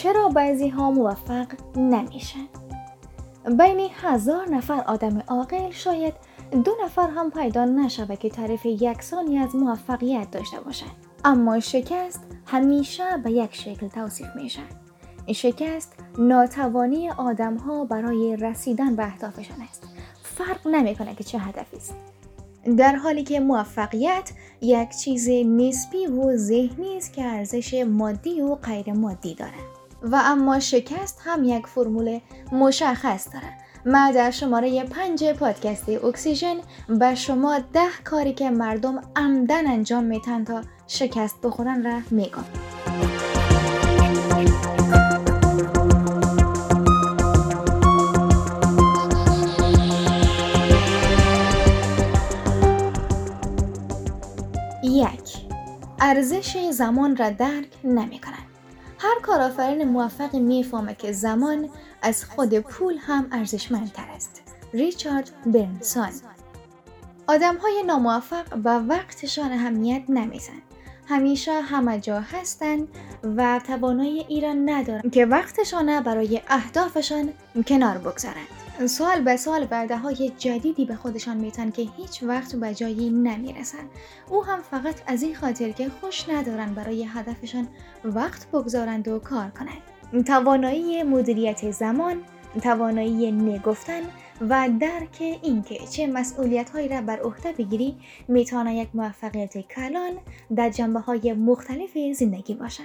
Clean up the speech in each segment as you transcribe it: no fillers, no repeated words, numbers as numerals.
چرا بعضی ها موفق نمیشن؟ بین 1000 نفر آدم عاقل شاید 2 نفر هم پیدا نشود که تعریف یکسانی از موفقیت داشته باشند. اما شکست همیشه به یک شکل توصیف میشه. شکست ناتوانی آدم ها برای رسیدن به اهدافشان است. فرق نمیکنه که چه هدفی است. در حالی که موفقیت یک چیز نسبی و ذهنی است که ارزش مادی و غیر مادی داره. و اما شکست هم یک فرمول مشخص داره. من در شماره 5 پادکست اکسیژن به شما 10 کاری که مردم عمدن انجام میتن تا شکست بخورن را میگم. ارزش زمان را درک نمی‌کنند. هر کارآفرین موفق میفهمه که زمان از خود پول هم ارزشمندتر است. ریچارد برنسون. آدم‌های ناموفق به وقتشان اهمیت نمیدن. همیشه همه جا هستند و توانایی ایران ندارن که وقتشان برای اهدافشان کنار بگذارند. سال به سال وعده‌های جدیدی به خودشان میتن که هیچ وقت به جایی نمیرسن. او هم فقط از این خاطر که خوش ندارن برای هدفشان وقت بگذارند و کار کنند. توانایی مدیریت زمان، توانایی نگفتن و درک اینکه چه مسئولیت‌هایی را بر عهده بگیری میتونه یک موفقیت کلان در جنبه‌های مختلف زندگی باشد.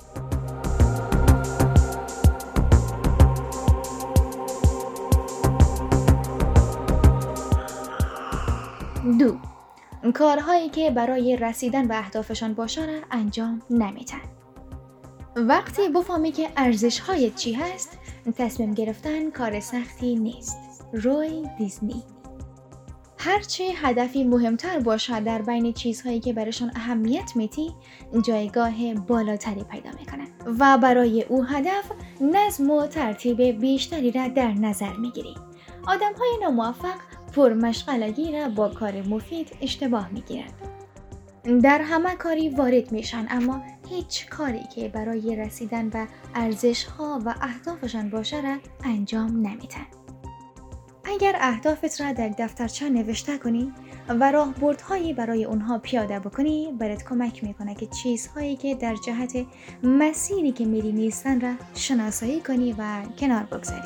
2. کارهایی که برای رسیدن به اهدافشان باشه را انجام نمیدن. وقتی بفهمی که ارزش‌های چی هست، تصمیم گرفتن کار سختی نیست. روی دیزنی. هرچی هدفی مهمتر باشه در بین چیزهایی که برایشان اهمیت میدی، جایگاه بالاتری پیدا میکنن و برای او هدف نظم و ترتیب بیشتری را در نظر میگیری. آدم‌های ناموفق پرمشغلگی را با کار مفید اشتباه میگیرند. در همه کاری وارد میشن اما هیچ کاری که برای رسیدن به ارزش‌ها و اهدافشان باشه را انجام نمیدن. اگر اهدافت را در دفترچه نوشته کنی و راهبردهایی برای اونها پیاده بکنی، برات کمک میکنه که چیزهایی که در جهت مسیری که میری نیستن را شناسایی کنی و کنار بگذاری.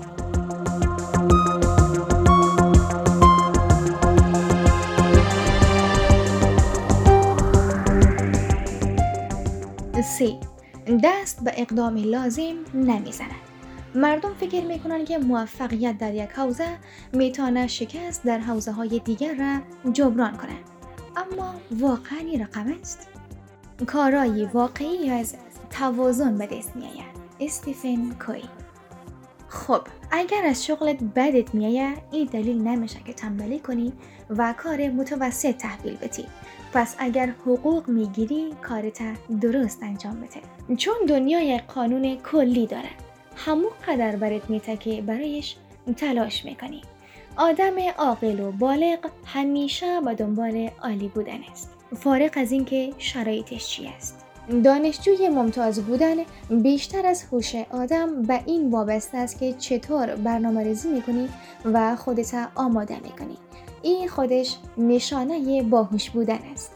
دست به اقدام لازم نمیزنند. مردم فکر میکنن که موفقیت در یک حوزه میتونه شکست در حوزه های دیگر را جبران کنه. اما واقعا این رقم است؟ کارایی واقعی از توازن به دست میآید. استیفن کوی. خب اگر از شغلت بدت میآید، این دلیل نمیشه که تنبلی کنی و کار متوسط تحویل بدی. پس اگر حقوق میگیری، کارت درست انجام بده. چون دنیا یک قانون کلی داره. همون قدر برات میته که برایش تلاش میکنی. آدم عاقل و بالغ همیشه به دنبال عالی بودن است، فارغ از اینکه شرایطش چی است. دانشجوی ممتاز بودن بیشتر از هوش آدم به این وابسته است که چطور برنامه‌ریزی میکنی و خودت آماده میکنی. این خودش نشانه باهوش بودن است.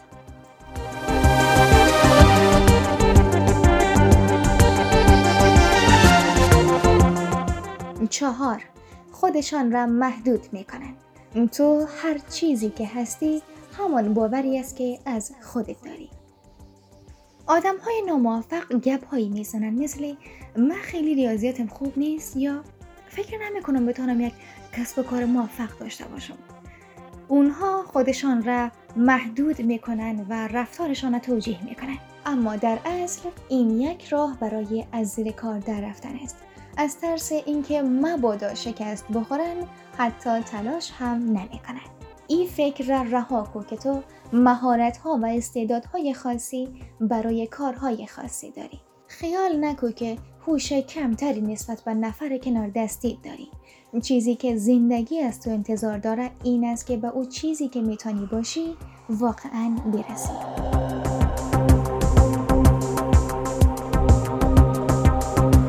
4. خودشان را محدود میکنند. تو هر چیزی که هستی همان باوری است که از خودت داری. آدم های ناموفق گپ هایی میزنن مثل من خیلی ریاضیاتم خوب نیست یا فکر نمی کنم بتونم یک کسب و کار موفق داشته باشم. اونها خودشان را محدود میکنن و رفتارشان را توجیه میکنن. اما در اصل این یک راه برای از زیر کار در رفتن است. از ترس اینکه مبادا شکست بخورن حتی تلاش هم نمیکنن. این فکر را رها کن که تو مهارت‌ها و استعدادهای خاصی برای کارهای خاصی داری. خیال نکن که هوش کمتری نسبت به نفر کنار دستی داری. چیزی که زندگی از تو انتظار داره این است که به اون چیزی که میتونی باشی واقعاً برسی.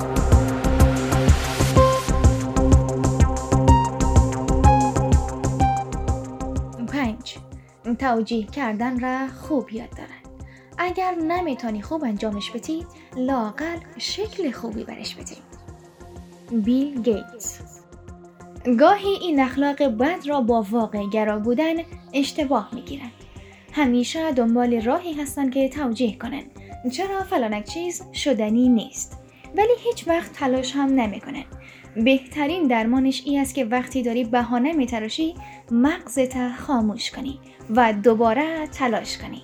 توجیه کردن را خوب یاد دارن. اگر نمیتونی خوب انجامش بدی، لااقل شکل خوبی برش بدی. بیل گیتس. گاهی این اخلاق بد را با واقع گرا بودن اشتباه میگیرن. همیشه دنبال راهی هستن که توجیه کنن چرا فلانک چیز شدنی نیست، ولی هیچ وقت تلاش هم نمیکنن. بهترین درمانش این است که وقتی داری بهانه میتراشی، مغزت خاموش کنی و دوباره تلاش کنی.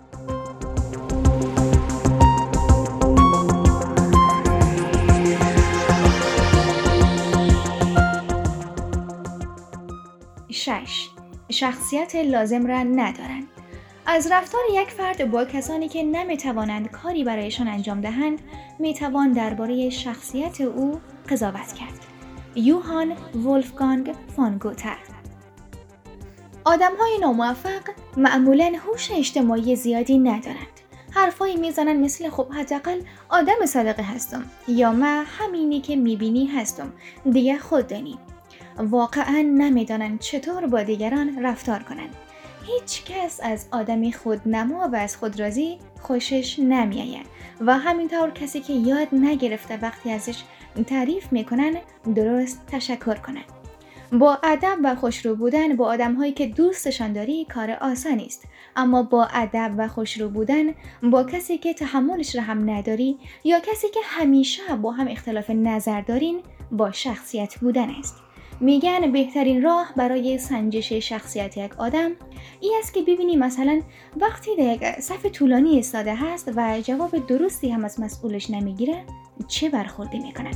شخصیت لازم را ندارند. از رفتار یک فرد با کسانی که نمیتوانند کاری برایشان انجام دهند، میتوان درباره شخصیت او قضاوت کرد. یوهان ولفگانگ فون گوته. آدم‌های ناموفق معمولاً هوش اجتماعی زیادی ندارند. حرفایی میزنن مثل خب حداقل آدم صادقی هستم، یا من همینی که میبینی هستم، دیگه خود دانی. واقعاً نمیدانند چطور با دیگران رفتار کنند. هیچ کس از آدمی خودنما و از خود راضی خوشش نمیآید و همینطور کسی که یاد نگرفته وقتی ازش تعریف میکنن درست تشکر کنن. با ادب و خوشرو بودن با آدم‌هایی که دوستشان داری کار آسانی است، اما با ادب و خوشرو بودن با کسی که تحملش را هم نداری یا کسی که همیشه با هم اختلاف نظر دارین با شخصیت بودن است. میگن بهترین راه برای سنجش شخصیت یک آدم این است که ببینی مثلا وقتی در یک صف طولانی ایستاده هست و جواب درستی هم از مسئولش نمیگیره چه برخوردی میکنن.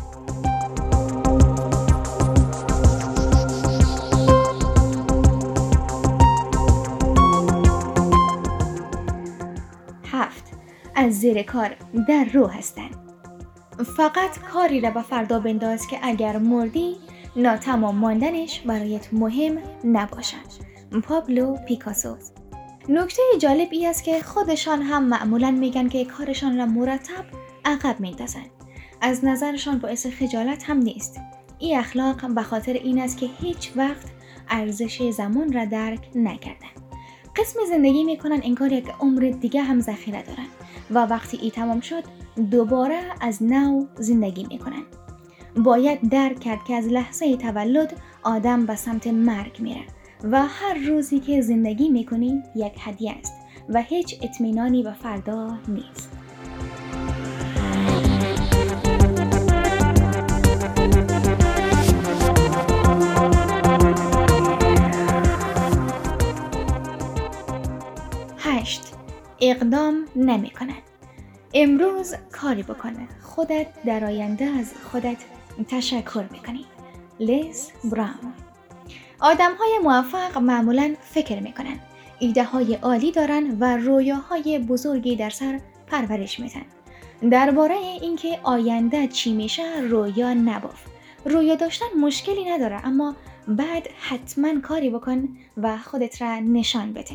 7. از زیر کار در رو هستن. فقط کاری را به فردا بنداز که اگر مردی ناتمام ماندنش برایت مهم نباشد. پابلو پیکاسو. نکته جالب این است که خودشان هم معمولاً میگن که کارشان را مرتب عقب میندازن. از نظرشان باعث خجالت هم نیست. این اخلاق به خاطر این است که هیچ وقت ارزش زمان را درک نکردن. قسم زندگی میکنن انگار یک عمر دیگه هم ذخیره دارن و وقتی ای تمام شد دوباره از نو زندگی میکنن. باید درک کرد که از لحظه تولد آدم به سمت مرگ میره و هر روزی که زندگی میکنی یک هدیه است و هیچ اطمینانی به فردا نیست. اقدام نمی کنن. امروز کاری بکنه. خودت در آینده از خودت تشکر میکنی. لیز براون. آدم های موفق معمولاً فکر میکنن. ایده های عالی دارن و رویاهای بزرگی در سر پرورش میدن. درباره اینکه آینده چی میشه رویا نباف. رویا داشتن مشکلی نداره، اما بعد حتما کاری بکن و خودت را نشان بده.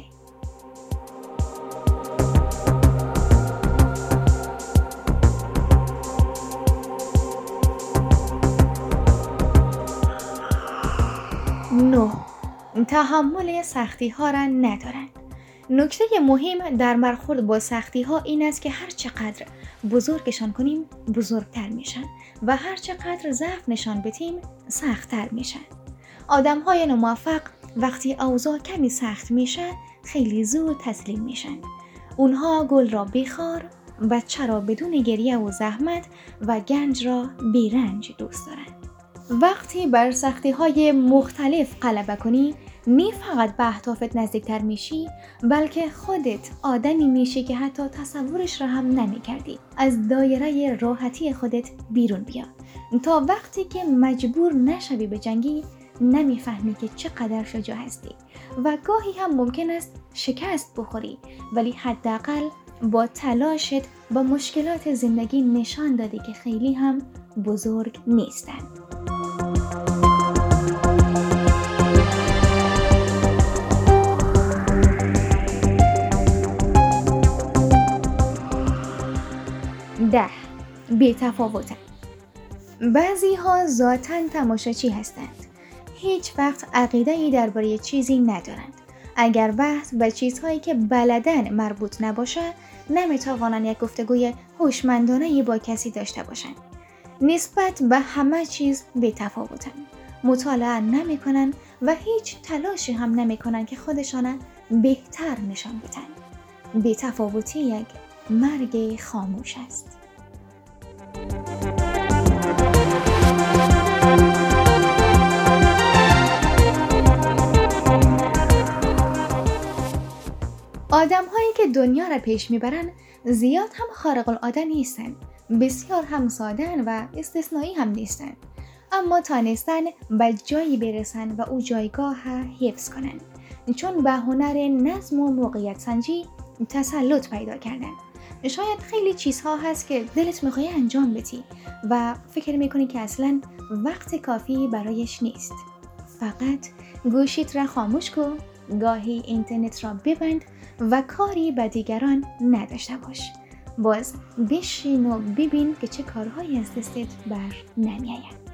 تحمل سختی ها را ندارند. نکته مهم در برخورد با سختی ها این است که هر چقدر بزرگشان کنیم بزرگتر میشن و هر چقدر ضعف نشان بدیم سختتر میشن. آدم های ناموفق وقتی اوضاع کمی سخت میشه خیلی زود تسلیم میشن. اونها گل را بیخار، بچه را بدون گریه و زحمت و گنج را بیرنج دوست دارن. وقتی بر سختی های مختلف غلبه کنی نه فقط به اهدافت نزدیکتر میشی، بلکه خودت آدمی میشی که حتی تصورش را هم نمیکردی. از دایره راحتی خودت بیرون بیا. تا وقتی که مجبور نشوی به جنگی نمیفهمی که چقدر شجاع هستی و گاهی هم ممکن است شکست بخوری، ولی حداقل با تلاشت با مشکلات زندگی نشان دادی که خیلی هم بزرگ نیستن. بی‌تفاوتن. بعضی ها ذاتاً تماشاچی هستند. هیچ وقت عقیده‌ای درباره چیزی ندارند. اگر بحث به چیزهایی که بلدن مربوط نباشه، نمیتوانند یک گفتگوی هوشمندانه با کسی داشته باشند. نسبت به همه چیز بی‌تفاوتن. مطالعه نمی‌کنند و هیچ تلاشی هم نمی‌کنند که خودشان بهتر نشان بدن. بی‌تفاوتی یک مرگ خاموش است. آدم‌هایی که دنیا را پیش میبرند زیاد هم خارق العاده نیستند. بسیار هم ساده‌اند و استثنایی هم نیستند. اما تانستن به جایی برسند و او جایگاه حفظ کنند. چون به هنر نظم و موقعیت سنجی تسلط پیدا کردن. شاید خیلی چیزها هست که دلت میخواد انجام بدی و فکر میکنی که اصلا وقت کافی برایش نیست. فقط گوشیت را خاموش کن، گاهی اینترنت را ببند و کاری به دیگران نداشته باش. باز بشین و ببین که چه کارهایی از دستت بر نمیآید.